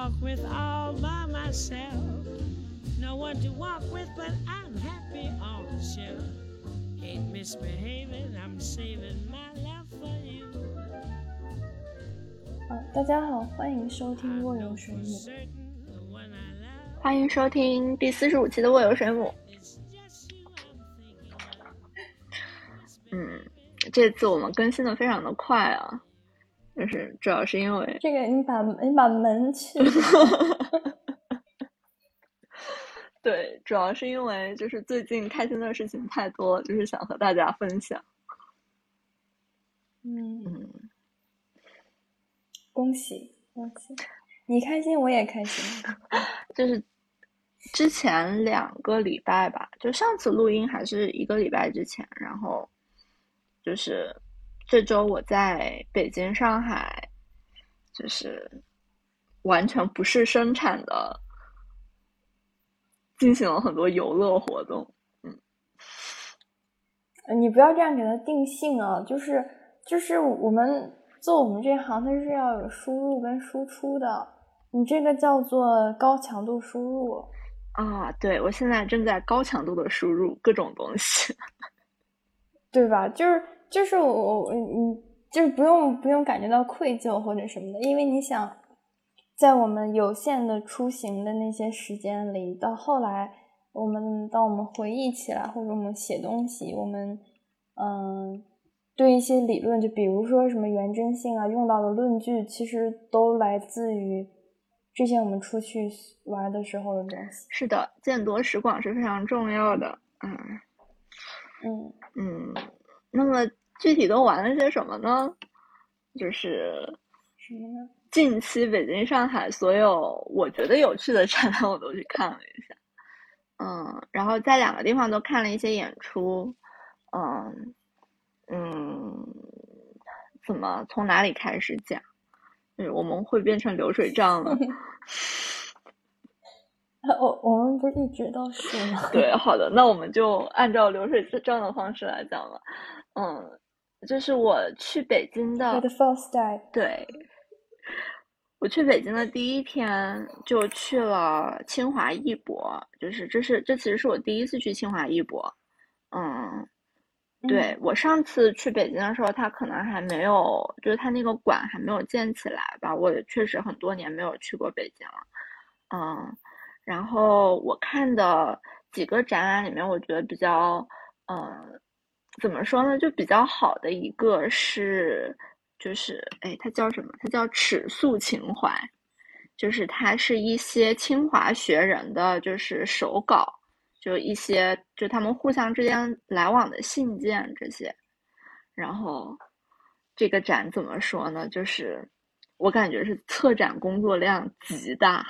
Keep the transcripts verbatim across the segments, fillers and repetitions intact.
walk with all by myself. No one to walk with, but I'm happy on the shelf. Ain't misbehaving, I'm saving my love for you. 好，大家好，欢迎收听卧游水母。 欢迎收听第四十五期的卧游水母。嗯，这次我们更新的非常的快啊，就是主要是因为这个你把你把门去对，主要是因为就是最近开心的事情太多，就是想和大家分享。 嗯嗯， 恭喜恭喜，你开心我也开心。 就是之前两个礼拜吧，就上次录音还是一个礼拜之前，然后就是这周我在北京、上海，就是完全不是生产的进行了很多游乐活动。嗯， 你不要这样给它定性啊，就是就是我们做我们这行，它是要有输入跟输出的，你这个叫做高强度输入啊，对，我现在正在高强度的输入各种东西， 对吧？就是就是我我你就是不用不用感觉到愧疚或者什么的，因为你想，在我们有限的出行的那些时间里，到后来我们当我们回忆起来，或者我们写东西，我们嗯对一些理论，就比如说什么原真性啊，用到的论据，其实都来自于之前我们出去玩的时候的东西。 是的，见多识广是非常重要的。嗯嗯嗯，那么具体都玩了些什么呢？就是什么呢？ 近期北京、上海所有我觉得有趣的展览我都去看了一下。嗯，然后在两个地方都看了一些演出。嗯嗯，怎么从哪里开始讲？就是我们会变成流水账了。 我我们不是一直都是吗？ 对，好的，那我们就按照流水账的方式来讲了。嗯，就是我去北京的 The first day， 对，我去北京的第一天就去了清华艺博，就是这是这其实是我第一次去清华艺博。嗯，对， 嗯我上次去北京的时候，它可能还没有，就是它那个馆还没有建起来吧。我也确实很多年没有去过北京了。嗯，然后我看的几个展览里面，我觉得比较，嗯，怎么说呢，就比较好的一个是，就是哎，它叫什么？它叫尺素情怀，就是它是一些清华学人的就是手稿。就一些就他们互相之间来往的信件这些，然后这个展怎么说呢？就是我感觉是策展工作量极大。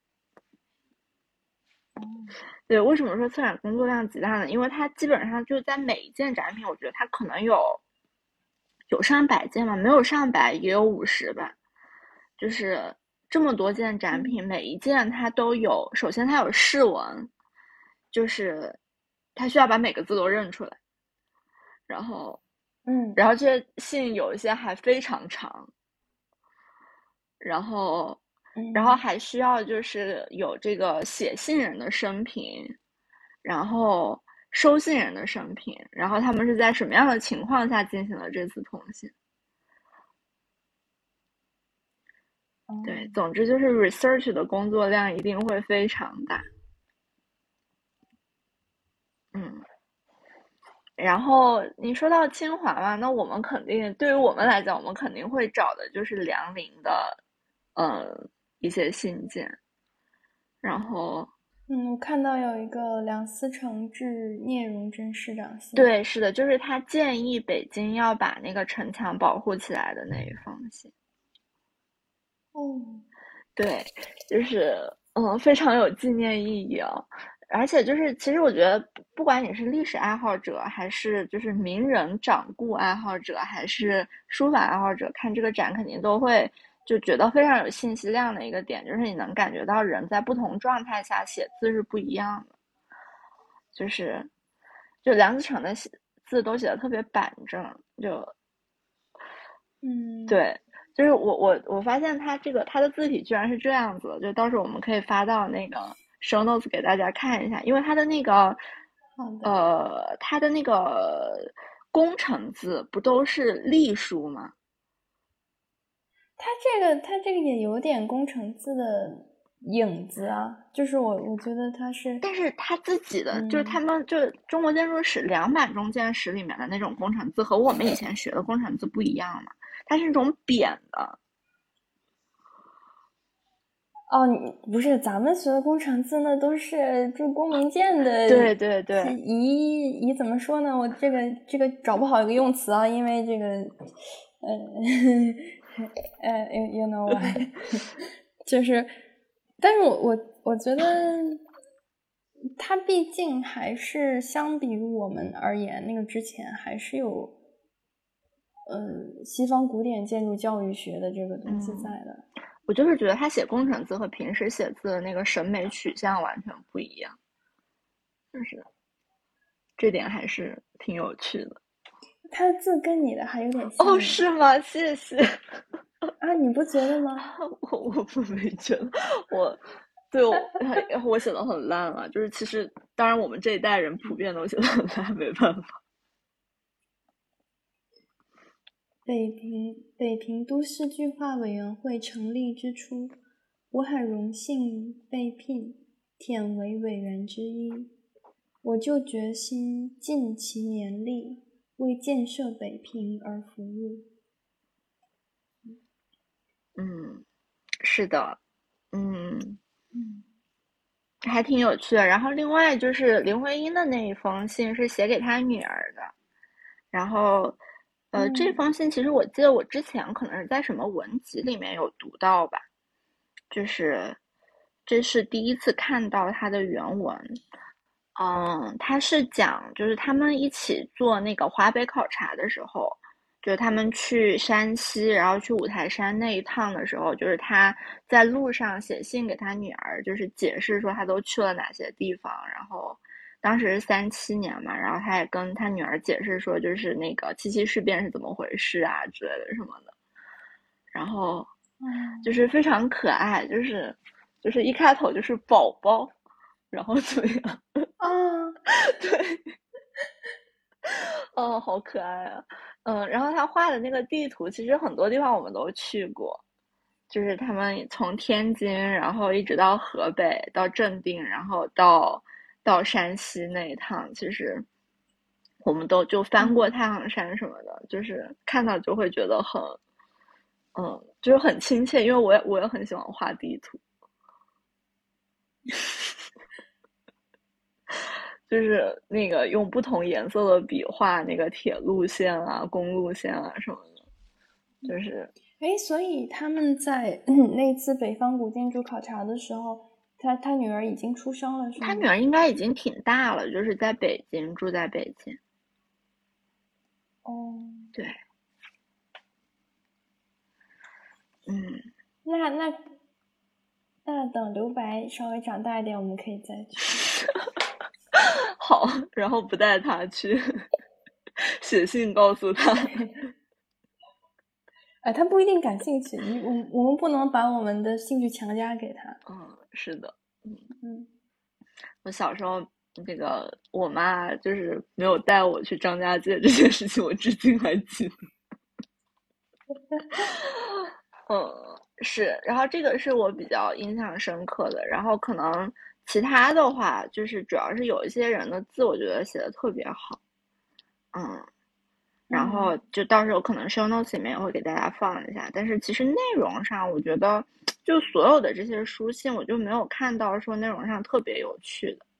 对，为什么说策展工作量极大呢？因为它基本上就在每一件展品，我觉得它可能有有上百件嘛，没有上百也有五十吧，就是这么多件展品，每一件它都有，首先它有释文。就是他需要把每个字都认出来，然后， 嗯， 然后这些信有一些还非常长，然后，然后还需要就是有这个写信人的生平，然后收信人的生平，然后他们是在什么样的情况下进行了这次通信。对，总之就是 research 的工作量一定会非常大。嗯。然后你说到清华嘛，那我们肯定对于我们来讲，我们肯定会找的就是梁林的，呃，一些信件。然后， 嗯，我看到有一个梁思成致聂荣臻市长信。 对，是的，就是他建议北京要把那个城墙保护起来的那一封信。 哦， 对，就是嗯，非常有纪念意义啊。而且就是，其实我觉得，不管你是历史爱好者，还是就是名人掌故爱好者，还是书法爱好者，看这个展肯定都会就觉得非常有信息量的一个点，就是你能感觉到人在不同状态下写字是不一样的。就是，就梁思成的字都写的特别板正，就嗯， 对。 就是我我我发现它这个它的字体居然是这样子的，就到时候我们可以发到那个 show notes 给大家看一下，因为它的那个呃它的那个工程字不都是隶书吗？ 它这个它这个也有点工程字的影子啊，就是我我觉得它是， 但是他自己的、 嗯、 就是他们就是中国建筑史两版中建史里面的那种工程字和我们以前学的工程字不一样嘛，它是那种扁的。 哦，不是，咱们学的工程字那都是就公民建的， 对对对， 以以怎么说呢？我这个这个找不好一个用词啊，因为这个呃呃 you know why 就是，但是我我我觉得它毕竟还是相比于我们而言，那个之前还是有呃西方古典建筑教育学的这个东西在的。 嗯，我就是觉得他写工程字和平时写字的那个审美取向完全不一样，就是这点还是挺有趣的。 他的字跟你的还有点像哦，是吗？谢谢啊，你不觉得吗？ 我我不没觉得，我对我我写的很烂啊，就是其实当然我们这一代人普遍都写的很烂，没办法。 北平北平都市计划委员会成立之初，我很荣幸被聘忝为委员之一，我就决心尽其年力，为建设北平而服务。 嗯，是的，嗯嗯， 还挺有趣的。然后另外就是林徽因的那一封信是写给她女儿的，然后呃、 嗯、 这封信其实我记得我之前可能是在什么文集里面有读到吧，就是这是第一次看到它的原文。嗯，他是讲就是他们一起做那个华北考察的时候，就是他们去山西，然后去五台山那一趟的时候，就是他在路上写信给他女儿，就是解释说他都去了哪些地方。然后当时是三七年嘛，然后他也跟他女儿解释说，就是那个七七事变是怎么回事啊之类的什么的。然后就是非常可爱，就是就是一开头就是宝宝，然后怎么样？ 啊， 对，哦，好可爱啊！嗯，然后他画的那个地图，其实很多地方我们都去过，就是他们从天津，然后一直到河北，到正定，然后到到山西那一趟，其实我们都就翻过太行山什么的，就是看到就会觉得很，嗯，就是很亲切，因为我也我也很喜欢画地图。就是那个用不同颜色的笔画那个铁路线啊、公路线啊什么的，就是， 哎，所以他们在、嗯、那次北方古建筑考察的时候，他他女儿已经出生了，是吗？ 他女儿应该已经挺大了，就是在北京，住在北京。 哦， 对，嗯， 那那那等刘白稍微长大一点，我们可以再去。 好，然后不带他去，写信告诉他。 哎，他不一定感兴趣，你我我们不能把我们的兴趣强加给他。 嗯，是的，嗯嗯， 我小时候那个我妈就是没有带我去张家界这件事情，我至今还记得。嗯，是，然后这个是我比较印象深刻的，然后可能其他的话，就是主要是有一些人的字，我觉得写的特别好，嗯，然后就到时候可能 show notes 里面也会给大家放一下，但是其实内容上，我觉得就所有的这些书信，我就没有看到说内容上特别有趣的。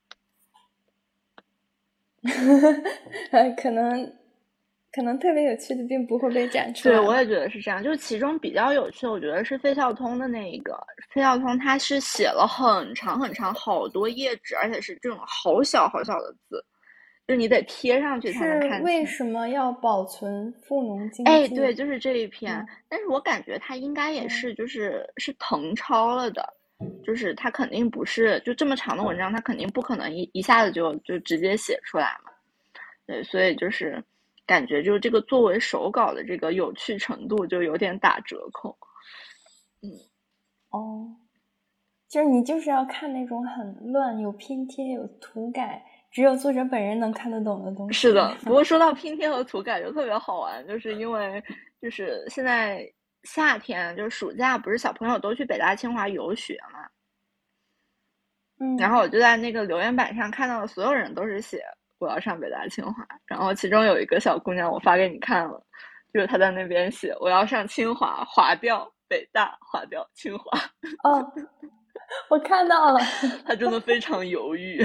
可能可能特别有趣的并不会被展出来。 对，我也觉得是这样。就是其中比较有趣的，我觉得是费孝通的那一个。费孝通他是写了很长很长好多页纸，而且是这种好小好小的字，就是你得贴上去才能看清。 是为什么要保存富农经济？ 哎，对，就是这一篇。 嗯、 但是我感觉他应该也是，就是、嗯、是誊抄了的，就是他肯定不是就这么长的文章，他肯定不可能一一下子就就直接写出来嘛。对，所以就是感觉就是这个作为手稿的这个有趣程度就有点打折扣。嗯， 哦，就是你就是要看那种很乱、有拼贴、有涂改，只有作者本人能看得懂的东西。 是的，不过说到拼贴和涂改就特别好玩，就是因为就是现在夏天就是暑假，不是小朋友都去北大清华游学嘛。 嗯， 然后我就在那个留言板上看到了，所有人都是写我要上北大清华，然后其中有一个小姑娘，我发给你看了，就是她在那边写我要上清华，划掉北大，划掉清华。 哦，我看到了， 她真的非常犹豫。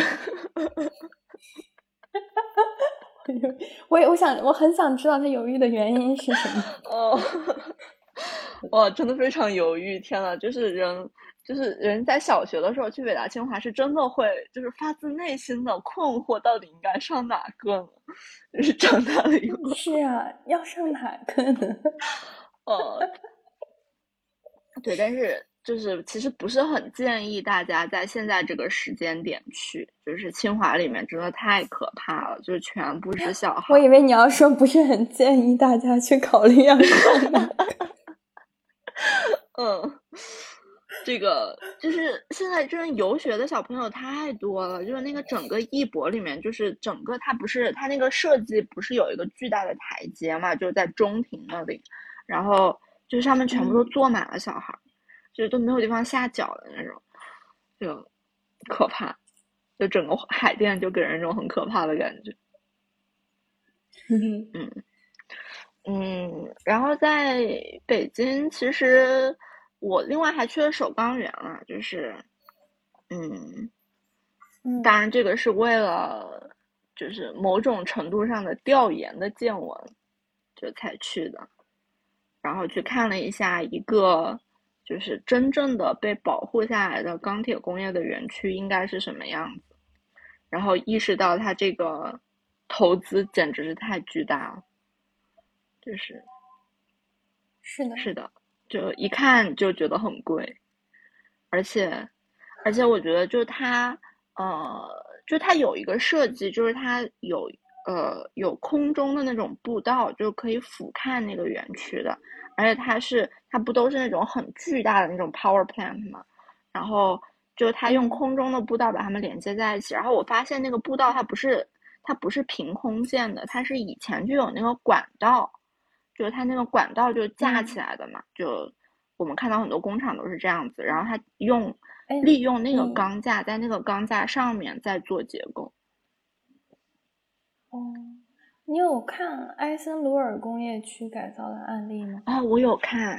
我也我想我很想知道她犹豫的原因是什么。 哦，哇，真的非常犹豫！天呐，就是人。就是人在小学的时候去北大清华是真的会就是发自内心的困惑到底应该上哪个呢，就是长大了以后是啊，要上哪个呢？ 呃对，但是就是其实不是很建议大家在现在这个时间点去，就是清华里面真的太可怕了，就是全部是小孩。 我以为你要说不是很建议大家去考虑要上哪个。 嗯，这个就是现在真的游学的小朋友太多了，就是那个整个艺博里面，就是整个它不是它那个设计不是有一个巨大的台阶嘛，就是在中庭那里，然后就是上面全部都坐满了小孩，嗯、就是都没有地方下脚的那种，就可怕，就整个海淀就给人一种很可怕的感觉。嗯嗯，然后在北京其实。我另外还去了首钢园了，就是，嗯，当然这个是为了就是某种程度上的调研的见闻，就才去的，然后去看了一下一个就是真正的被保护下来的钢铁工业的园区应该是什么样子，然后意识到它这个投资简直是太巨大了，就是， 是的， 是的。就一看就觉得很贵，而且，而且我觉得就是它，呃，就它有一个设计，就是它有呃有空中的那种步道，就可以俯瞰那个园区的，而且它是它不都是那种很巨大的那种 power plant 嘛，然后就它用空中的步道把它们连接在一起，然后我发现那个步道它不是它不是凭空建的，它是以前就有那个管道。就是它那个管道就架起来的嘛，嗯、就我们看到很多工厂都是这样子，然后它用利用那个钢架，在那个钢架上面再做结构。 哦，你有看埃森鲁尔工业区改造的案例吗？ 哦，我有看。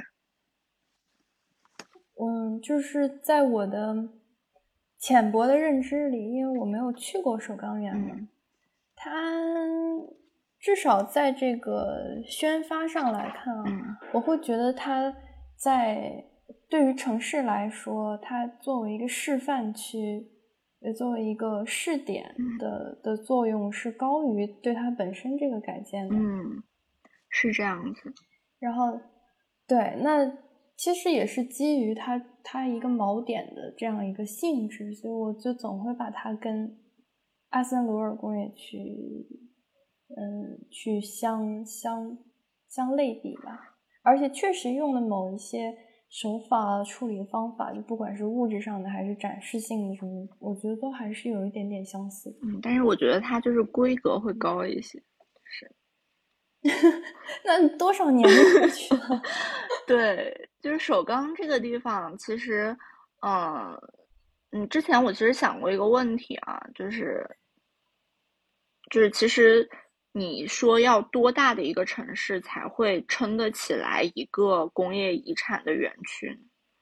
嗯，就是在我的浅薄的认知里，因为我没有去过首钢园嘛，嗯、它。至少在这个宣发上来看啊， 嗯、 我会觉得它在对于城市来说，它作为一个示范区，也作为一个试点的、嗯、的作用是高于对它本身这个改建的。 嗯，是这样子。 然后，对，那其实也是基于它它一个锚点的这样一个性质，所以我就总会把它跟阿森鲁尔工业区。嗯，去相相相类比吧，而且确实用的某一些手法、处理方法，就不管是物质上的还是展示性的什么，我觉得都还是有一点点相似。 嗯，但是我觉得它就是规格会高一些，是。 那多少年过去了？ 对，就是首钢这个地方，其实，嗯嗯，之前我其实想过一个问题啊，就是，就是其实。你说要多大的一个城市才会撑得起来一个工业遗产的园区？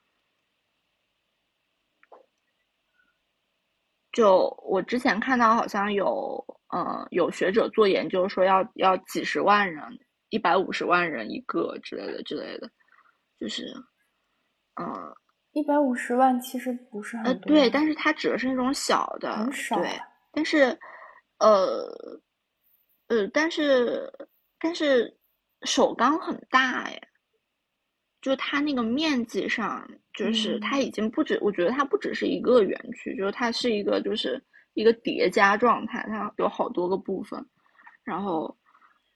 就我之前看到好像有呃有学者做研究说要要几十万人，一百五十万人一个之类的之类的，就是嗯一百五十万其实不是很多。 呃对，但是它指的是那种小的， 很少。 对，但是呃。呃，但是但是首钢很大哎，就它那个面积上，就是它已经不止，嗯、我觉得它不只是一个园区，就是它是一个就是一个叠加状态，它有好多个部分，然后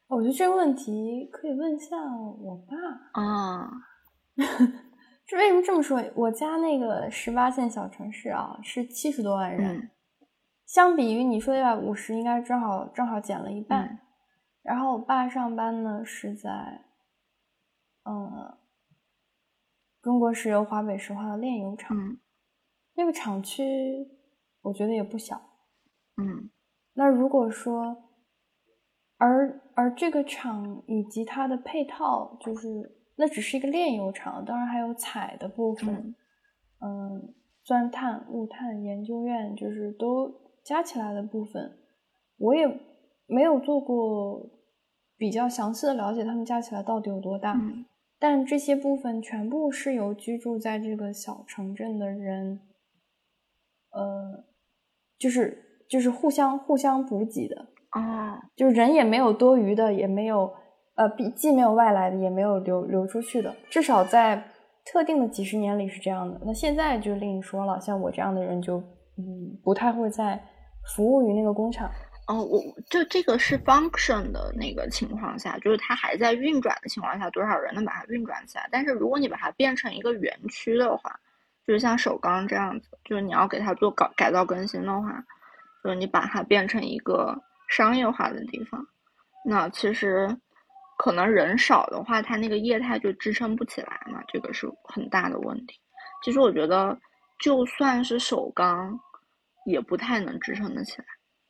我觉得这个问题可以问一下我爸啊。 这为什么这么说？我家那个十八线小城市啊，是七十多万人， 嗯、 相比于你说的一百五十，应该正好正好减了一半。 嗯、 然后我爸上班呢是在，嗯，中国石油华北石化的炼油厂， 嗯、 那个厂区我觉得也不小。 嗯， 那如果说，而而这个厂以及它的配套，就是那只是一个炼油厂，当然还有采的部分，嗯、嗯，钻探、物探研究院，就是都加起来的部分，我也没有做过比较详细的了解，他们加起来到底有多大。 嗯， 但这些部分全部是由居住在这个小城镇的人，呃，就是就是互相互相补给的。 哦， 就是人也没有多余的，也没有呃，既没有外来的，也没有流流出去的，至少在特定的几十年里是这样的。那现在就另说了，像我这样的人就嗯不太会再服务于那个工厂。 哦，我就这个是 function 的那个情况下，就是它还在运转的情况下，多少人能把它运转起来？但是如果你把它变成一个园区的话，就是像首钢这样子，就是你要给它做改改造更新的话，就是你把它变成一个商业化的地方，那其实可能人少的话，它那个业态就支撑不起来嘛，这个是很大的问题。其实我觉得，就算是首钢，也不太能支撑得起来。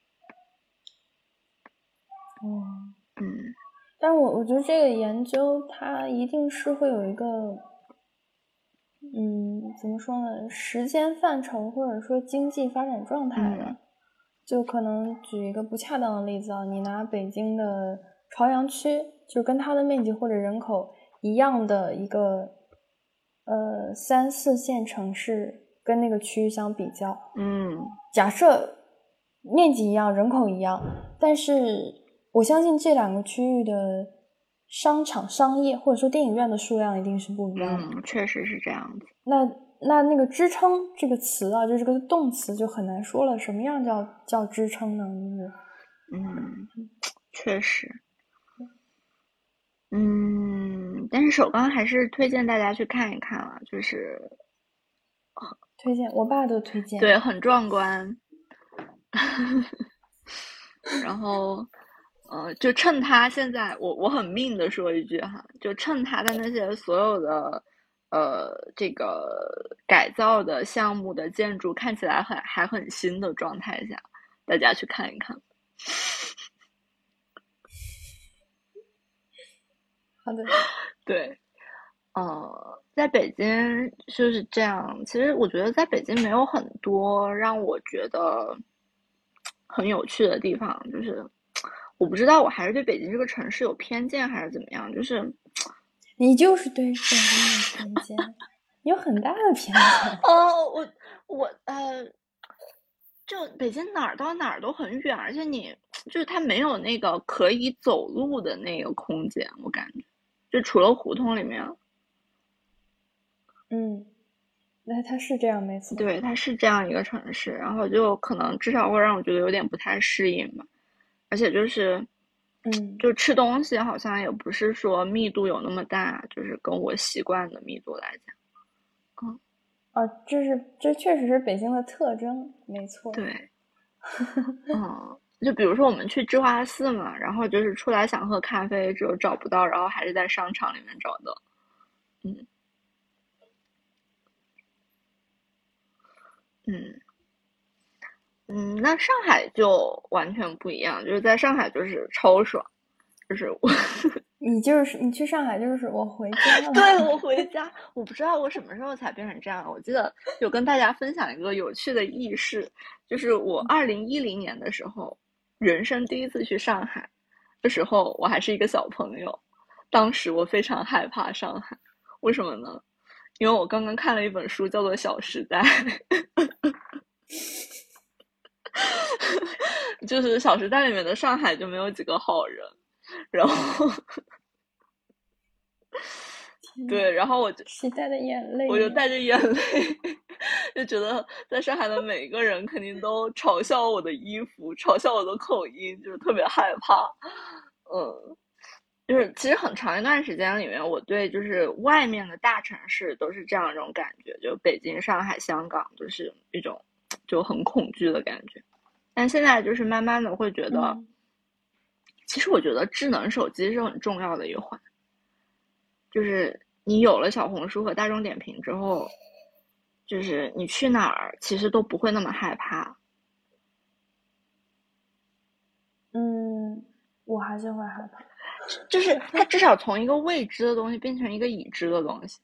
嗯嗯， 但是我我觉得这个研究它一定是会有一个，嗯，怎么说呢？时间范畴或者说经济发展状态的。 嗯就可能举一个不恰当的例子啊，你拿北京的朝阳区，就跟它的面积或者人口一样的一个呃三四线城市，跟那个区域相比较， 嗯， 假设面积一样，人口一样，但是我相信这两个区域的商场、商业或者说电影院的数量一定是不一样的。 嗯，确实是这样子。 那那那个支撑这个词啊，就这个动词就很难说了。什么样叫叫支撑呢？就是嗯，确实。嗯，但是首钢还是推荐大家去看一看了，就是推荐，我爸都推荐。 对，很壮观。然后，呃，就趁他现在，我我很命的说一句哈，就趁他的那些所有的，呃，这个改造的项目的建筑看起来很还很新的状态下，大家去看一看。 好的。 对，呃，在北京就是这样。其实我觉得在北京没有很多让我觉得很有趣的地方，就是我不知道我还是对北京这个城市有偏见还是怎么样，就是你就是对北京有偏见，你有很大的偏见。 哦，我我呃，就北京哪儿到哪儿都很远，而且你就是它没有那个可以走路的那个空间，我感觉，就除了胡同里面。 嗯，那它是这样，没错。 对，它是这样一个城市，然后就可能至少会让我觉得有点不太适应吧，而且就是， 嗯， 就吃东西好像也不是说密度有那么大，就是跟我习惯的密度来讲，嗯， 啊，这是这确实是北京的特征，没错。 对，嗯，就比如说我们去智化寺嘛，然后就是出来想喝咖啡，只有找不到，然后还是在商场里面找到，嗯。嗯嗯，那上海就完全不一样，就是在上海就是超爽，就是我你就是你去上海就是我回家了。 对，我回家，我不知道我什么时候才变成这样。我记得有跟大家分享一个有趣的轶事，就是我二零一零年的时候，人生第一次去上海的时候，我还是一个小朋友，当时我非常害怕上海，为什么呢？因为我刚刚看了一本书，叫做《小时代》。就是《小时代》里面的上海就没有几个好人，然后对，然后我就时代的眼泪， 我就带着眼泪，就觉得在上海的每一个人肯定都嘲笑我的衣服，嘲笑我的口音，就是特别害怕。嗯， 就是其实很长一段时间里面，我对就是外面的大城市都是这样一种感觉，就北京、上海、香港，就是一种就很恐惧的感觉。但现在就是慢慢的会觉得， 嗯其实我觉得智能手机是很重要的一环。就是你有了小红书和大众点评之后，就是你去哪儿其实都不会那么害怕。 嗯，我还是会害怕。 就是它至少从一个未知的东西变成一个已知的东西。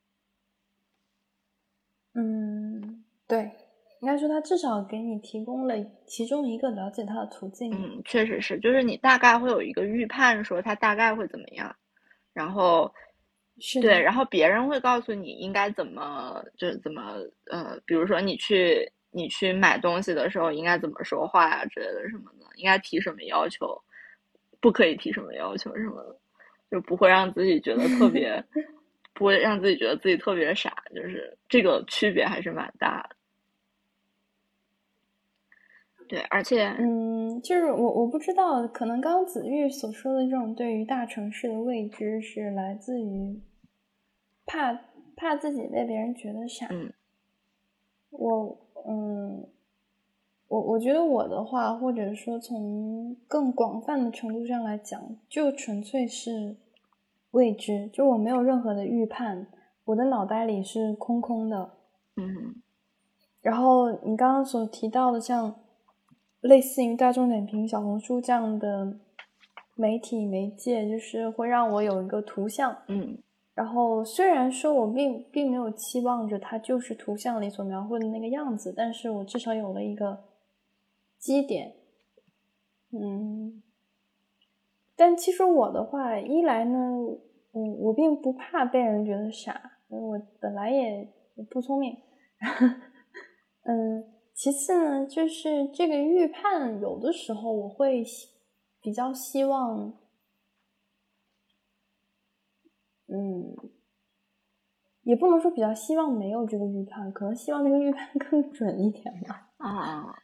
嗯，对，应该说它至少给你提供了其中一个了解它的途径。 嗯，确实是，就是你大概会有一个预判，说它大概会怎么样，然后是的， 对，然后别人会告诉你应该怎么，就是怎么呃，比如说你去你去买东西的时候应该怎么说话呀之类的什么的，应该提什么要求，不可以提什么要求什么的，就不会让自己觉得特别，不会让自己觉得自己特别傻，就是这个区别还是蛮大的。对，而且嗯，就是我我不知道，可能刚刚子玉所说的这种对于大城市的未知，是来自于怕怕自己被别人觉得傻。 嗯， 我嗯，我我觉得我的话，或者说从更广泛的程度上来讲，就纯粹是未知，就我没有任何的预判，我的脑袋里是空空的。 嗯， 然后你刚刚所提到的，像类似于大众点评、小红书这样的媒体媒介，就是会让我有一个图像。 嗯， 然后虽然说我并并没有期望着它就是图像里所描绘的那个样子，但是我至少有了一个基点。嗯，但其实我的话，一来呢，嗯，我并不怕被人觉得傻，因为我本来也不聪明。嗯，其次呢，就是这个预判，有的时候我会比较希望，嗯，也不能说比较希望没有这个预判，可能希望这个预判更准一点吧。 啊，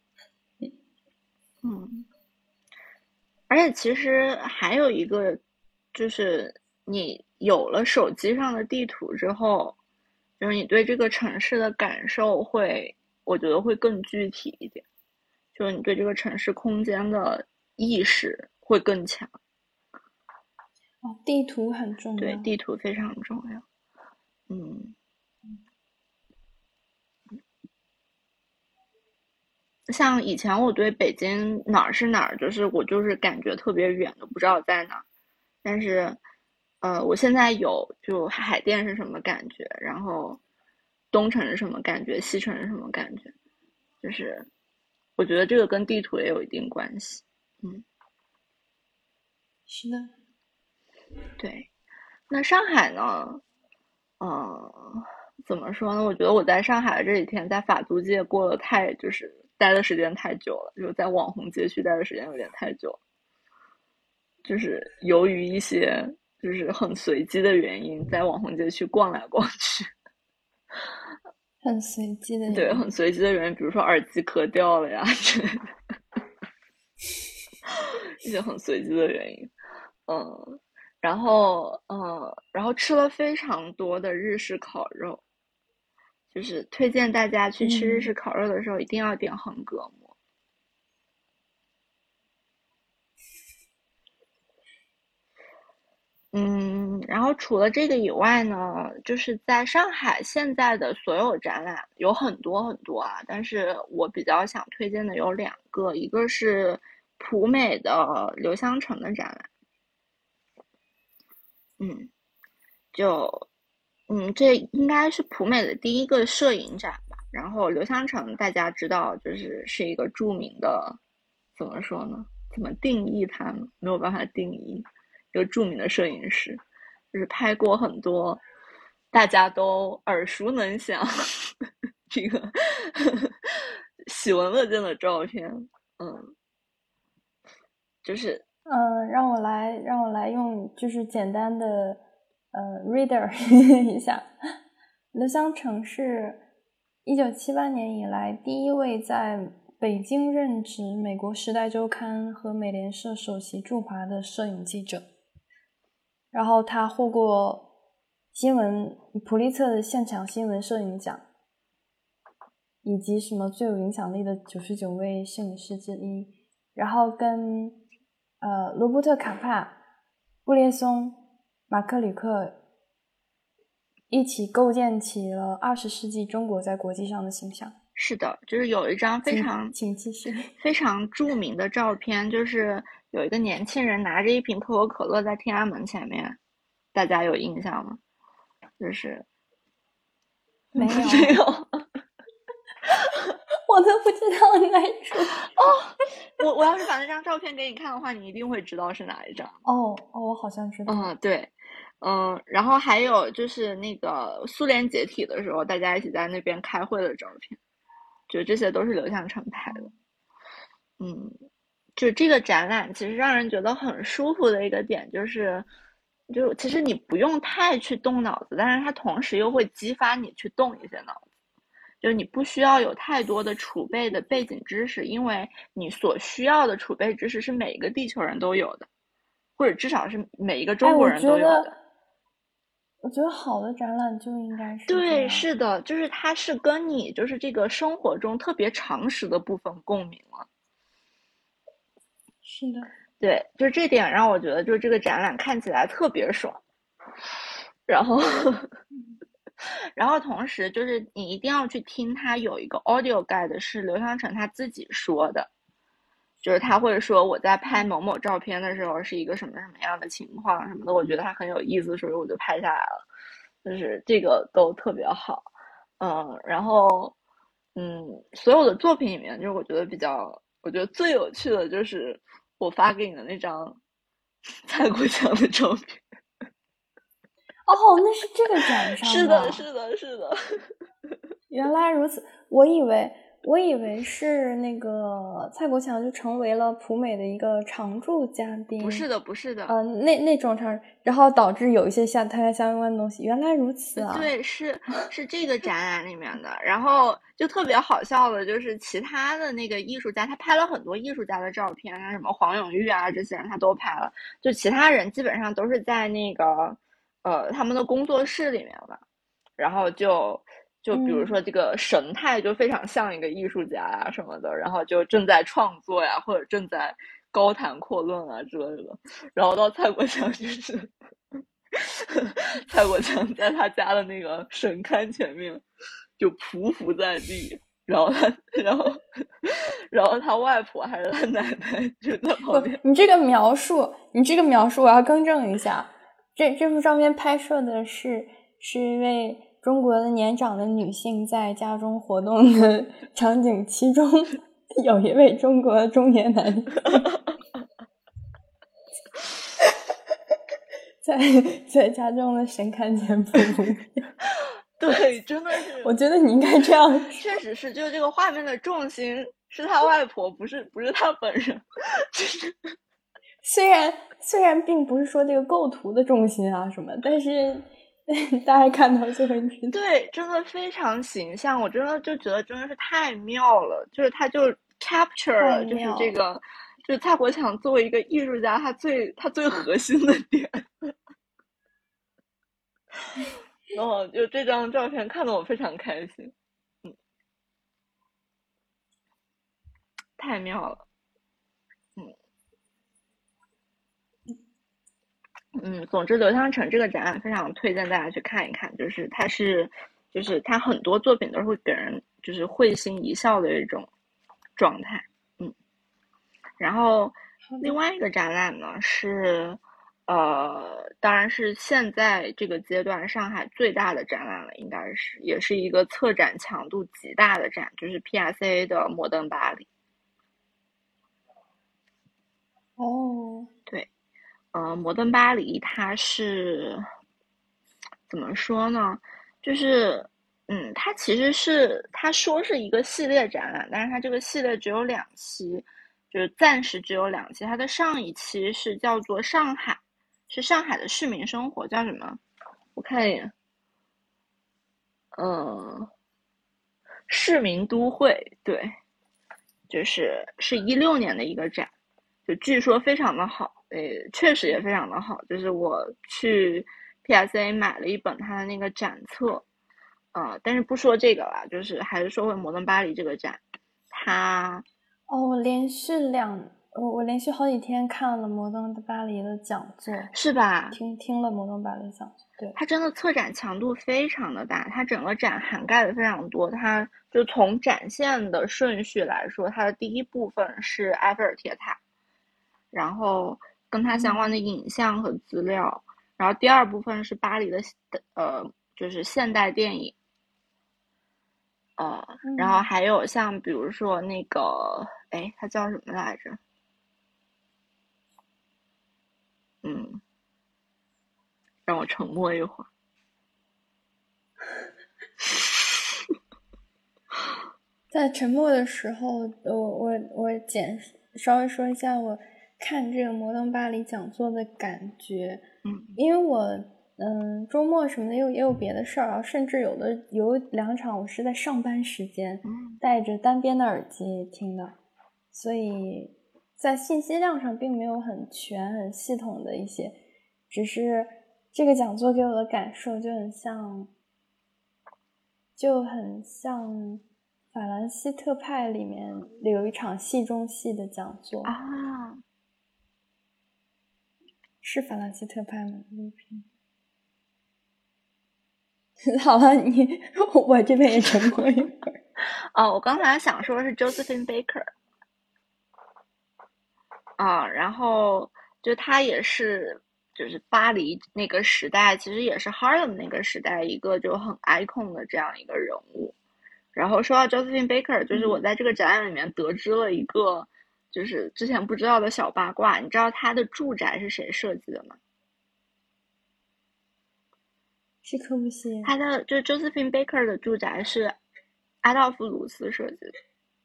嗯，而且其实还有一个，就是你有了手机上的地图之后，就是你对这个城市的感受会，我觉得会更具体一点，就是你对这个城市空间的意识会更强。 哦，地图很重对， 要。 地图非常重要。嗯，像以前我对北京哪儿是哪儿，就是我就是感觉特别远的，不知道在哪儿。但是，呃，我现在有就海淀是什么感觉，然后东城是什么感觉，西城是什么感觉，就是我觉得这个跟地图也有一定关系。嗯， 是的。 对。那上海呢？呃，怎么说呢？我觉得我在上海这几天在法租界过得太，就是待的时间太久了，就是在网红街区待的时间有点太久了，就是由于一些就是很随机的原因，在网红街区逛来逛去。 很随机的对， 原因。 很随机的原因，比如说耳机壳掉了呀之类的，一些很随机的原因。嗯，然后嗯，然后吃了非常多的日式烤肉，就是推荐大家去吃日式嗯烤肉的时候，一定要点横膈膜。嗯，然后除了这个以外呢，就是在上海现在的所有展览有很多很多啊，但是我比较想推荐的有两个，一个是普美的刘香成的展览。嗯，就嗯，这应该是普美的第一个摄影展吧。然后刘香成大家知道，就是是一个著名的，怎么说呢？怎么定义他呢？没有办法定义，一个著名的摄影师，就是拍过很多大家都耳熟能详这个喜闻乐见的照片。嗯，就是嗯，让我来让我来用就是简单的呃 reader 一下。刘香成是一九七八年以来第一位在北京任职美国《时代周刊》和美联社首席驻华的摄影记者。 然后他获过新闻普利策的现场新闻摄影奖，以及什么最有影响力的九十九位摄影师之一，然后跟呃罗伯特卡帕、布列松、马克吕克一起构建起了二十世纪中国在国际上的形象。 是的，就是有一张非常请继续非常著名的照片，就是有一个年轻人拿着一瓶可口可乐在天安门前面，大家有印象吗？就是没有没有我都不知道哪一处哦，我我要是把那张照片给你看的话，你一定会知道是哪一张。 哦哦，我好像知道。 嗯，对，嗯，然后还有就是那个苏联解体的时候，大家一起在那边开会的照片，就这些都是刘向成拍的。嗯，就这个展览其实让人觉得很舒服的一个点就是，就其实你不用太去动脑子，但是它同时又会激发你去动一些脑子。就是你不需要有太多的储备的背景知识，因为你所需要的储备知识是每一个地球人都有的，或者至少是每一个中国人都有的。 哎，我觉得，我觉得好的展览就应该是对，是的，就是它是跟你就是这个生活中特别常识的部分共鸣了。 是的， 对，就这点让我觉得，就是这个展览看起来特别爽。然后。然后同时就是你一定要去听他有一个 audio guide 是刘向成他自己说的，就是他会说我在拍某某照片的时候是一个什么什么样的情况什么的，我觉得他很有意思，所以我就拍下来了，就是这个都特别好。嗯，然后嗯，所有的作品里面，就是我觉得比较我觉得最有趣的就是我发给你的那张蔡国强的照片。 哦，那是这个展上是的，是的，是的。 原来如此，我以为我以为是那个蔡国强就成为了普美的一个常驻嘉宾。 不是的，不是的。 呃，那那种常，然后导致有一些相他相关的东西。原来如此啊！ 对，是是这个展览里面的。然后就特别好笑的，就是其他的那个艺术家，他拍了很多艺术家的照片啊，什么黄永玉啊这些人他都拍了。就其他人基本上都是在那个呃他们的工作室里面吧，然后就。就比如说这个神态就非常像一个艺术家啊什么的，然后就正在创作呀，或者正在高谈阔论啊之类的。然后到蔡国强就是蔡国强在他家的那个神龛前面就匍匐在地，然后他然后然后他外婆还是他奶奶就在旁边。 你这个描述你这个描述我要更正一下，这这幅照片拍摄的是是一位中国的年长的女性在家中活动的场景，其中有一位中国的中年男性在在家中的神龛前匍匐。 对，真的是， 我觉得你应该这样。 确实是，就是这个画面的重心是他外婆，不是不是他本人。就是虽然虽然并不是说这个构图的重心啊什么，但是大家看到就会知道。 对，真的非常形象，我真的就觉得真的是太妙了，就是他就 capture 了，就是这个，就是蔡国强作为一个艺术家，他最他最核心的点。然后就这张照片看得我非常开心，嗯，太妙了，嗯嗯，总之刘向成这个展览非常推荐大家去看一看，就是他是，就是他很多作品都会给人就是会心一笑的一种状态，嗯，然后另外一个展览呢是。呃，当然是现在这个阶段上海最大的展览了，应该是也是一个策展强度极大的展，就是 P S A 的摩登巴黎。 哦， 对，呃，摩登巴黎它是怎么说呢？就是，嗯，它其实是他说是一个系列展览，但是它这个系列只有两期，就是暂时只有两期。它的上一期是叫做上海。是上海的市民生活，叫什么？我看一眼，嗯，市民都会，对，就是是一六年的一个展，就据说非常的好， 呃，确实也非常的好。就是我去 P S A 买了一本它的那个展册，呃，但是不说这个了，就是还是说回摩登巴黎这个展，它哦，我连续两我我连续好几天看了摩登巴黎的讲座， 是吧？ 听听了摩登巴黎讲座，对， 它真的策展强度非常的大，它整个展涵盖的非常多。它就从展现的顺序来说，它的第一部分是埃菲尔铁塔，然后跟它相关的影像和资料，嗯、然后第二部分是巴黎的呃，就是现代电影，呃， 嗯、 然后还有像比如说那个，哎，它叫什么来着？嗯，让我沉默一会儿。 在沉默的时候，我我我简稍微说一下我看这个摩登巴黎讲座的感觉。 嗯， 因为我嗯周末什么的也有也有别的事儿啊，甚至有的有两场我是在上班时间戴着单边的耳机听的，所以在信息量上并没有很全很系统的一些，只是这个讲座给我的感受就很像就很像法兰西特派里面有一场戏中戏的讲座啊， 是法兰西特派吗？好了，你我这边也沉默一会儿。 哦，我刚才想说的是 Josephine Baker 啊，然后就他也是就是巴黎那个时代，其实也是 Harlem 那个时代一个就很 icon 的这样一个人物。然后说到 Josephine Baker， 就是我在这个展览里面得知了一个就是之前不知道的小八卦。你知道他的住宅是谁设计的吗？ 是科布西耶。 他的就是 Josephine Baker 的住宅是阿道夫·鲁斯设计的。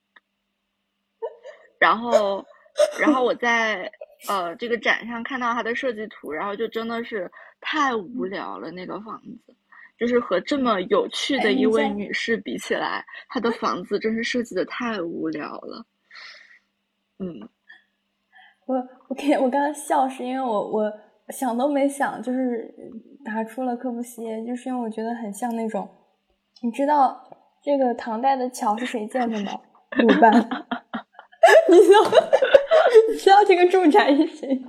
然后，然后我在呃这个展上看到他的设计图，然后就真的是太无聊了。那个房子，就是和这么有趣的一位女士比起来，她的房子真是设计的太无聊了。嗯， 我我给我刚刚笑是因为我我想都没想，就是打出了科布西耶，就是因为我觉得很像那种，你知道这个唐代的桥是谁建的吗？鲁班。你知道你知道这个住宅是谁？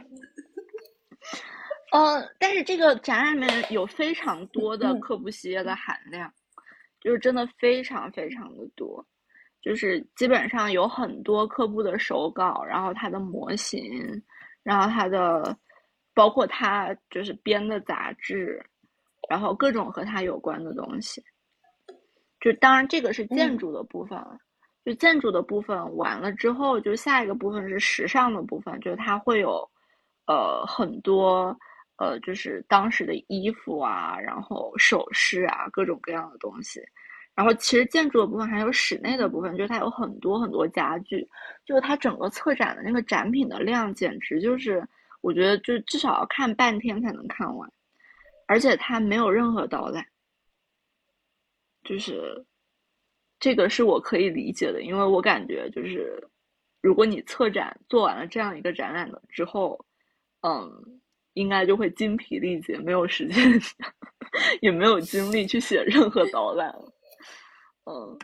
呃，但是这个展览里面有非常多的科布西耶的含量，嗯、就是真的非常非常的多，就是基本上有很多科布的手稿，然后他的模型，然后他的包括他就是编的杂志，然后各种和他有关的东西。就当然这个是建筑的部分了。嗯，就建筑的部分完了之后，就下一个部分是时尚的部分，就是它会有，呃，很多，呃，就是当时的衣服啊，然后首饰啊，各种各样的东西。然后其实建筑的部分还有室内的部分，就是它有很多很多家具，就是它整个策展的那个展品的量，简直就是我觉得就至少要看半天才能看完，而且它没有任何导览，就是。这个是我可以理解的，因为我感觉就是，如果你策展做完了这样一个展览了之后，嗯，应该就会精疲力竭，没有时间，也没有精力去写任何导览了，嗯。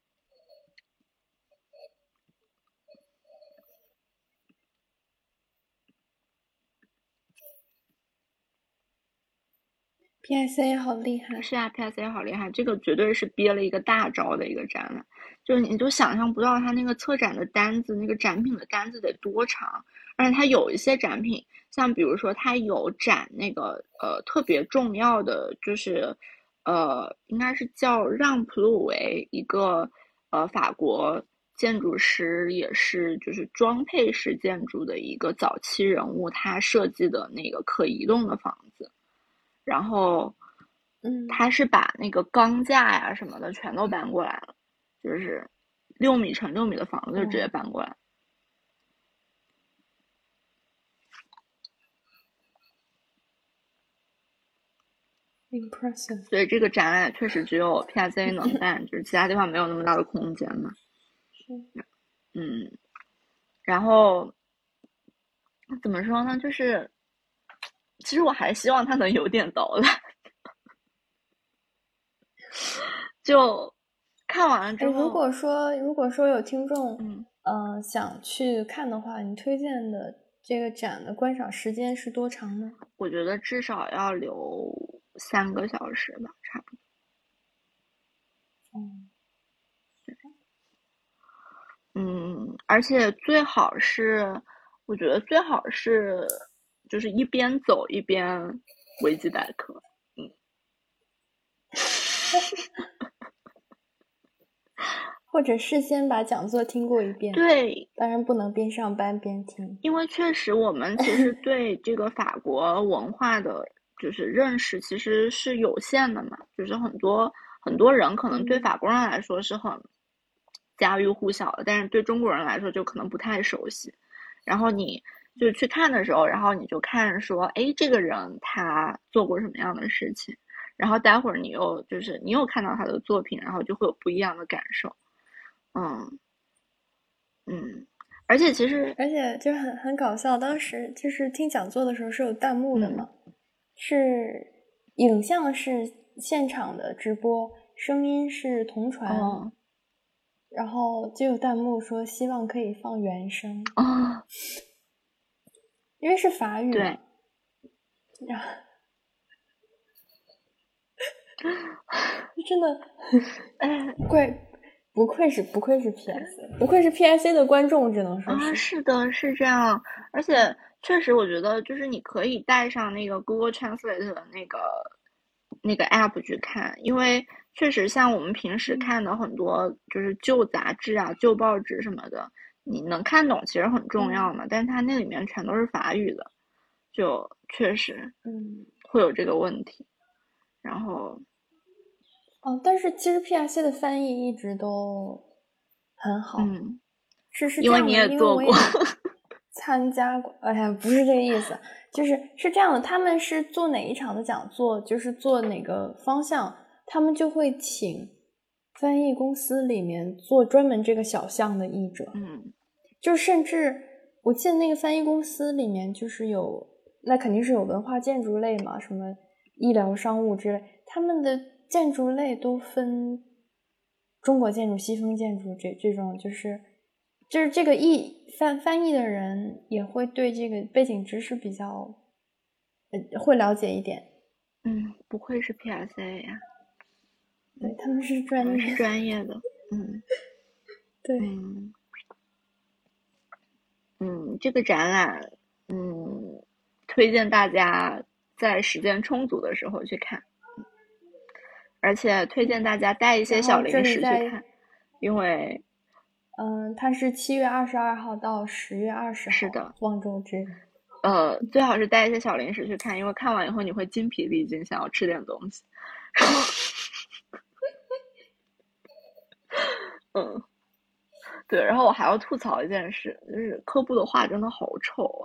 P S A 好厉害。 是啊 ，P S A 好厉害，这个绝对是憋了一个大招的一个展览，就是你都想象不到他那个策展的单子，那个展品的单子得多长，而且他有一些展品，像比如说他有展那个呃特别重要的，就是呃应该是叫让普鲁维，一个呃法国建筑师，也是就是装配式建筑的一个早期人物，他设计的那个可移动的房子。然后， 嗯， 他是把那个钢架呀什么的全都搬过来了，就是六米乘六米的房子就直接搬过来。 Impressive。 所以这个展览确实只有 P S A 能办，就是其他地方没有那么大的空间嘛。 是。 嗯，然后怎么说呢？就是其实我还希望他能有点导览。就看完了之后， 如果说如果说有听众， 嗯呃，想去看的话，你推荐的这个展的观赏时间是多长呢？ 我觉得至少要留三个小时吧，差不多。 嗯， 嗯，而且最好是，我觉得最好是，就是一边走一边维基百科。嗯， 或者事先把讲座听过一遍。 对， 当然不能边上班边听， 因为确实我们其实对这个法国文化的就是认识其实是有限的嘛，就是很多很多人可能对法国人来说是很家喻户晓的，但是对中国人来说就可能不太熟悉。然后你就去看的时候，然后你就看说，哎，这个人他做过什么样的事情，然后待会儿你又就是你又看到他的作品，然后就会有不一样的感受。嗯嗯，而且其实而且就很很搞笑。当时就是听讲座的时候是有弹幕的嘛， 嗯、 是影像是现场的直播，声音是同传。 哦然后就有弹幕说希望可以放原声哦， 因为是法语嘛。 对， 然后真的， 哎， 怪不愧是不愧是 P S C， 不愧是 P S C 的观众，只能说是。 啊，是的，是这样。而且确实，我觉得就是你可以带上那个 Google Translate 的那个那个 app 去看，因为确实像我们平时看的很多就是旧杂志啊、旧报纸什么的，你能看懂其实很重要嘛。但是它那里面全都是法语的，就确实嗯会有这个问题。然后， 哦，但是其实 P S C 的翻译一直都很好。 嗯， 是是这因为样的， 你也做过。 因为我也参加过。哎呀，不是这个意思，就是是这样的，他们是做哪一场的讲座，就是做哪个方向，他们就会请翻译公司里面做专门这个小项的译者。 嗯， 就甚至我记得那个翻译公司里面就是有，那肯定是有文化建筑类嘛，什么医疗商务之类，他们的建筑类都分中国建筑、西方建筑这这种，就是就是这个译翻翻译的人也会对这个背景知识比较呃会了解一点。 嗯，不愧是 P S A 呀。 对，他们是专业， 是专业的。嗯， 对， 嗯嗯，这个展览，嗯，推荐大家在时间充足的时候去看，而且推荐大家带一些小零食去看，因为， 嗯，它是七月二十二号到十月二十号， 是的， 望周知。 呃，最好是带一些小零食去看，因为看完以后你会筋疲力尽，想要吃点东西。嗯，对，然后我还要吐槽一件事，就是科布的画真的好丑啊。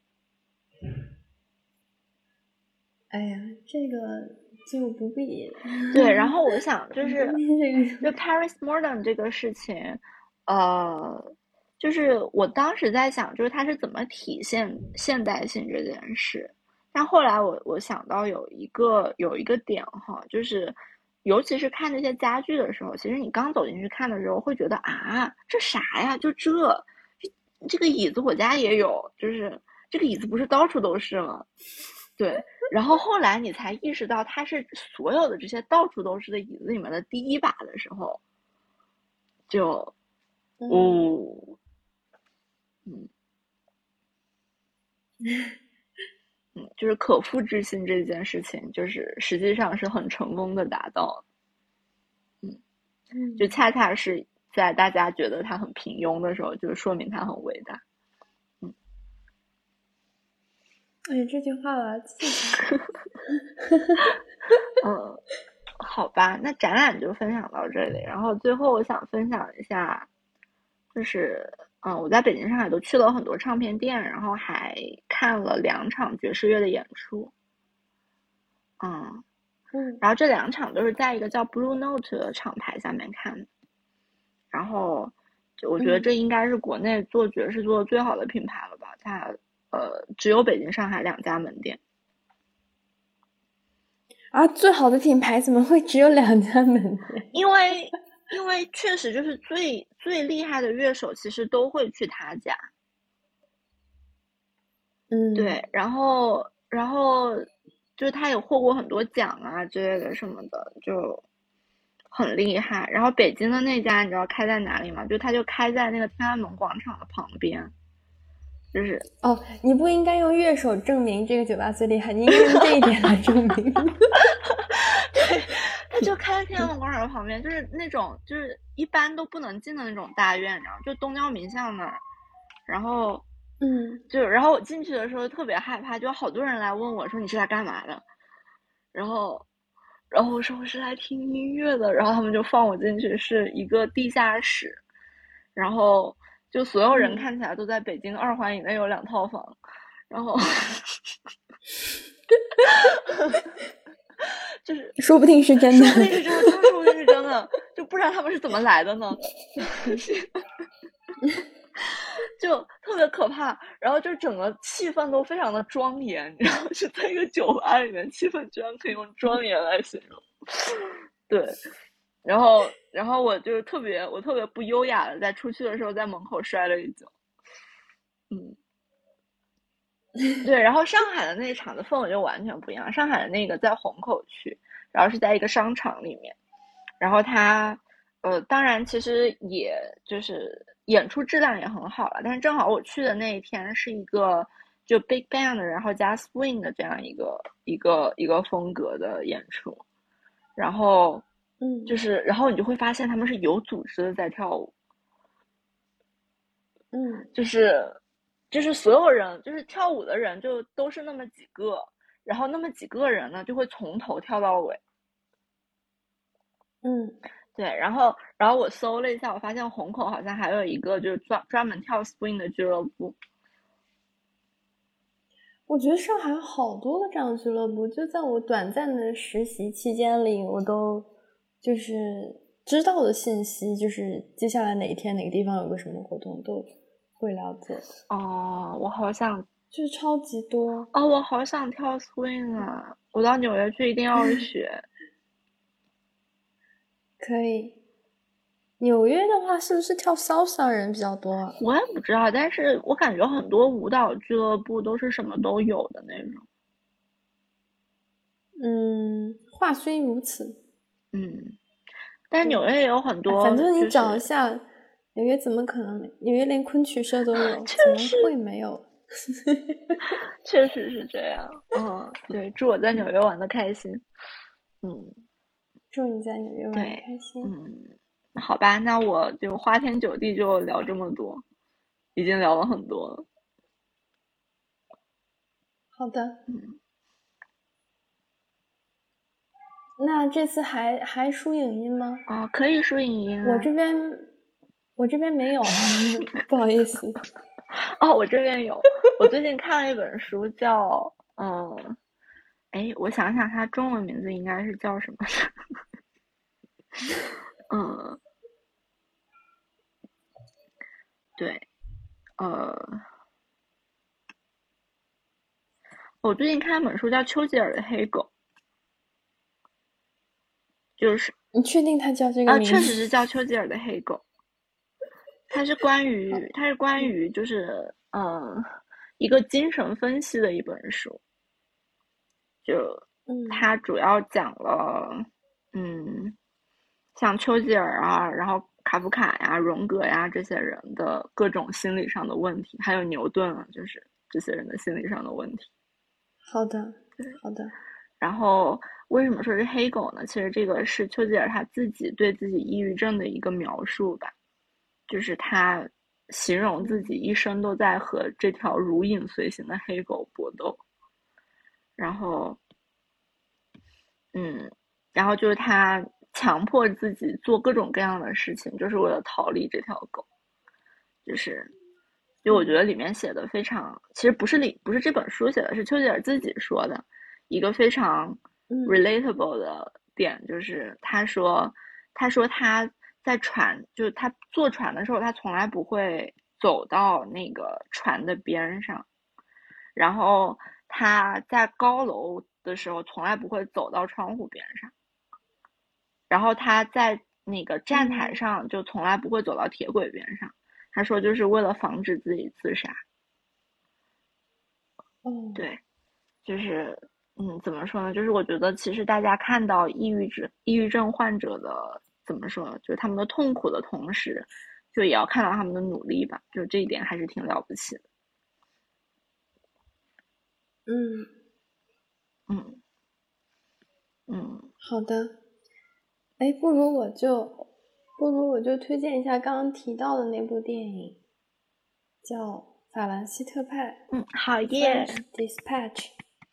哎呀，这个就不必。 对，然后我想就是就 Paris Modern 这个事情，呃，就是我当时在想，就是它是怎么体现现代性这件事。但后来我我想到有一个有一个点哈，就是尤其是看这些家具的时候，其实你刚走进去看的时候，会觉得啊，这啥呀？就这这这个椅子我家也有，就是这个椅子不是到处都是吗？对。然后后来你才意识到，它是所有的这些到处都是的椅子里面的第一把的时候，就，哦，嗯，嗯，就是可复制性这件事情，就是实际上是很成功的达到，嗯，就恰恰是在大家觉得它很平庸的时候，就说明它很伟大，嗯， 哎，这句话吧， 嗯。好吧，那展览就分享到这里。然后最后我想分享一下，就是嗯，我在北京、上海都去了很多唱片店，然后还看了两场爵士乐的演出。嗯， 嗯， 然后这两场都是在一个叫 Blue Note 的厂牌下面看的。然后我觉得这应该是国内做爵士做的最好的品牌了吧？它呃只有北京、上海两家门店。 啊，最好的品牌怎么会只有两家门店？ 因为因为确实就是最最厉害的乐手，其实都会去他家。 嗯， 对，然后然后就是他也获过很多奖啊之类的什么的，就很厉害。然后北京的那家你知道开在哪里吗？就他就开在那个天安门广场的旁边。就是哦，你不应该用乐手证明这个酒吧最厉害，你应该用这一点来证明。 对，他就开在天安门广场的旁边，就是那种就是一般都不能进的那种大院，你知道，就东交民巷那儿。然后， 嗯， 就然后我进去的时候特别害怕，就好多人来问我说你是来干嘛的，然后，然后我说我是来听音乐的，然后他们就放我进去，是一个地下室，然后。就所有人看起来都在北京二环以内有两套房，然后就是说不定是真的， 说不定是真的，说不定是真的，就不然他们是怎么来的呢？就特别可怕，然后就整个气氛都非常的庄严，然后就在一个酒吧里面，气氛居然可以用庄严来形容，对。然后，然后我就特别，我特别不优雅的在出去的时候在门口摔了一跤，嗯，对。然后上海的那场的氛围就完全不一样，上海的那个在虹口区，然后是在一个商场里面，然后它，呃，当然其实也就是演出质量也很好了，但是正好我去的那一天是一个就 Big Band 然后加 Swing 的这样一个一个一个风格的演出，然后。 嗯， 就是，然后你就会发现他们是有组织的在跳舞， 嗯， 就是，就是所有人，就是跳舞的人就都是那么几个，然后那么几个人呢就会从头跳到尾， 嗯， 对，然后，然后我搜了一下，我发现虹口好像还有一个就是专专门跳 swing 的俱乐部。 我觉得上海有好多个这样的俱乐部，就在我短暂的实习期间里，我都。就是知道的信息，就是接下来哪一天哪个地方有个什么活动都会了解。 哦，我好想， 就是超级多哦，我好想跳 swing 啊！我到纽约去一定要学。 可以。纽约的话，是不是跳 salsa 人比较多啊？ 我也不知道，但是我感觉很多舞蹈俱乐部都是什么都有的那种。 嗯，话虽如此。 嗯，但纽约也有很多、 哎，反正你就是、 找一下，纽约怎么可能？纽约连昆曲社都有， 怎么会没有？ 确实是这样。嗯，对，祝我在纽约玩的开心。嗯， 祝你在纽约玩的开心。 嗯，好吧，那我就花天酒地就聊这么多，已经聊了很多了。 好的。 嗯。 那这次还还输影音吗？ 啊、哦，可以输影音、啊。 我这边我这边没有，不好意思。 哦，我这边有。我最近看了一本书叫，嗯，哎，我想想，它中文名字应该是叫什么？嗯，对，呃，我最近看一本书叫丘吉尔的《黑狗》。就是你确定他叫这个名字？ 啊，确实是叫丘吉尔的黑狗。它是关于，它是关于，就是嗯，一个精神分析的一本书。就它主要讲了，嗯，像丘吉尔啊，然后卡夫卡呀、荣格呀这些人的各种心理上的问题，还有牛顿啊，就是这些人的心理上的问题。 好的，好的。 然后为什么说是黑狗呢？其实这个是丘吉尔他自己对自己抑郁症的一个描述吧，就是他形容自己一生都在和这条如影随形的黑狗搏斗。然后，嗯，然后就是他强迫自己做各种各样的事情，就是为了逃离这条狗。就是，就我觉得里面写的非常，其实不是里不是这本书写的，是丘吉尔自己说的。一个非常 relatable 的点就是他说他说他在船，就是他坐船的时候他从来不会走到那个船的边上， 然后他在高楼的时候从来不会走到窗户边上，然后他在那个站台上就从来不会走到铁轨边上。他说就是为了防止自己自杀。 哦， 对，就是嗯，怎么说呢？就是我觉得其实大家看到抑郁症、抑郁症患者的怎么说，就是他们的痛苦的同时，就也要看到他们的努力吧。就这一点还是挺了不起的。 嗯嗯嗯， 好的。哎，不如我就不如我就推荐一下刚刚提到的那部电影，叫《法兰西特派》。 嗯，好耶。 Dispatch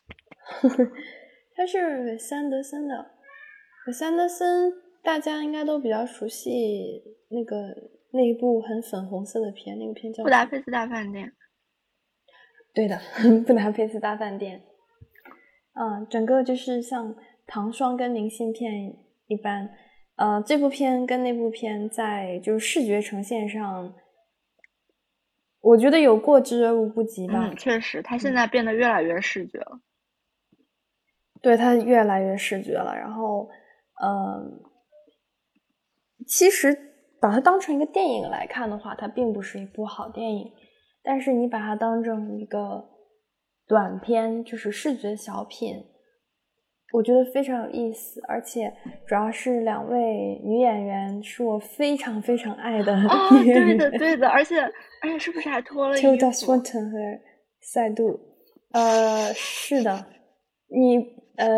它是韦斯安德森的。韦斯安德森大家应该都比较熟悉那个那一部很粉红色的片，那个片叫布达佩斯大饭店。 对的，布达佩斯大饭店。嗯，整个就是像糖霜跟明信片一般。呃，这部片跟那部片在就是视觉呈现上，我觉得有过之而无不及吧。 嗯，确实，它现在变得越来越视觉了。 嗯、对，它越来越视觉了。然后，嗯，其实把它当成一个电影来看的话，它并不是一部好电影。但是你把它当成一个短片，就是视觉小品，我觉得非常有意思。而且主要是两位女演员是我非常非常爱的哦， 女演员。 对的对的，而且而且是不是还脱了衣服 Tilda Swinton 和赛杜。呃，是的，你呃，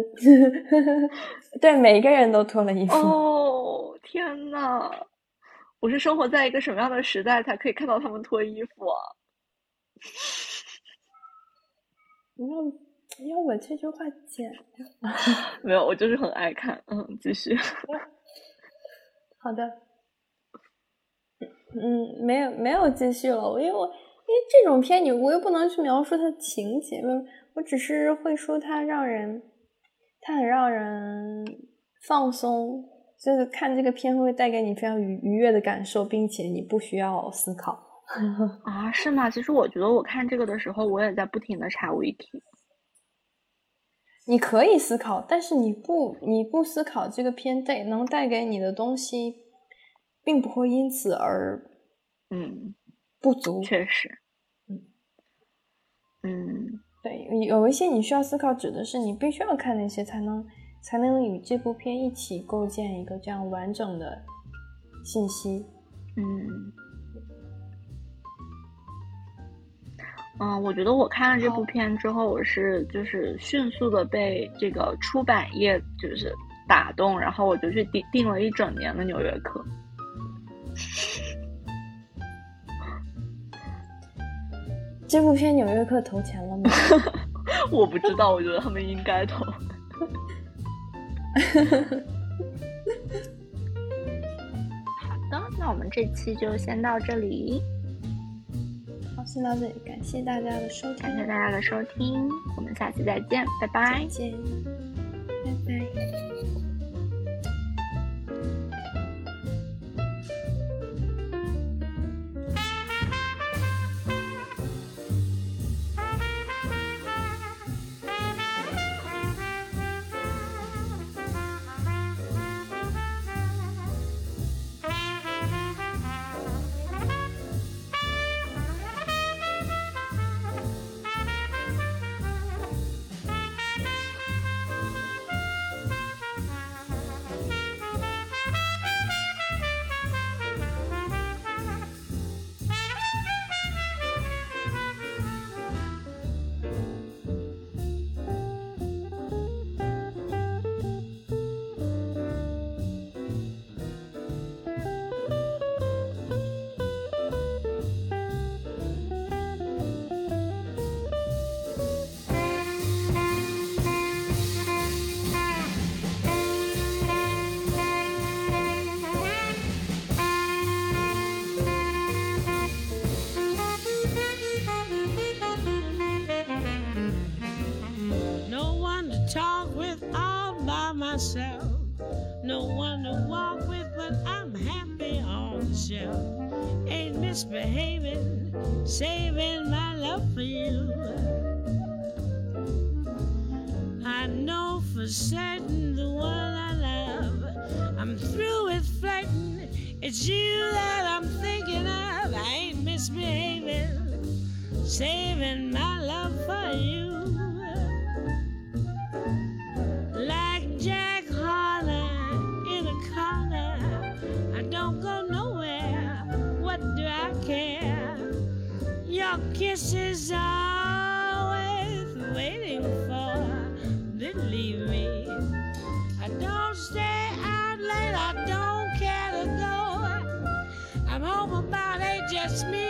对，每个人都脱了衣服。 哦，天哪！我是生活在一个什么样的时代才可以看到他们脱衣服啊？ 你要要我这句话剪掉？ 没有，我就是很爱看。嗯，继续。 好的。嗯，没有没有继续了，因为我因为这种片你我又不能去描述它的情节，我只是会说它让人，它很让人放松，就是看这个片会带给你非常愉愉悦的感受，并且你不需要思考。 啊，是吗？其实我觉得我看这个的时候，我也在不停的查 wiki。 你可以思考，但是你不你不思考这个片带能带给你的东西，并不会因此而嗯不足。 确实。 嗯嗯， 对，有一些你需要思考，指的是你必须要看那些才能才能与这部片一起构建一个这样完整的信息。 嗯嗯，我觉得我看了这部片之后，我是就是迅速的被这个出版业就是打动，然后我就去订订了一整年的《纽约客》。 这部片《纽约客》投钱了吗？ 我不知道，我觉得他们应该投。好的，那我们这期就先到这里。 好，先到这里，感谢大家的收听， 感谢大家的收听，我们下期再见，拜拜。 再见，拜拜。 myself. No one to walk with, but I'm happy on the shelf. Ain't misbehaving, saving my love. love for you. I know for certain the one I love. I'm through with flirting. It's you that I'm thinking of. I ain't misbehaving, saving my love for you. Like Jack Horner in a corner, I don't go nowhere. What do I care? Your kisses are worth waiting for. Believe me, I don't stay out late. I don't care to go. I'm home about eight, just me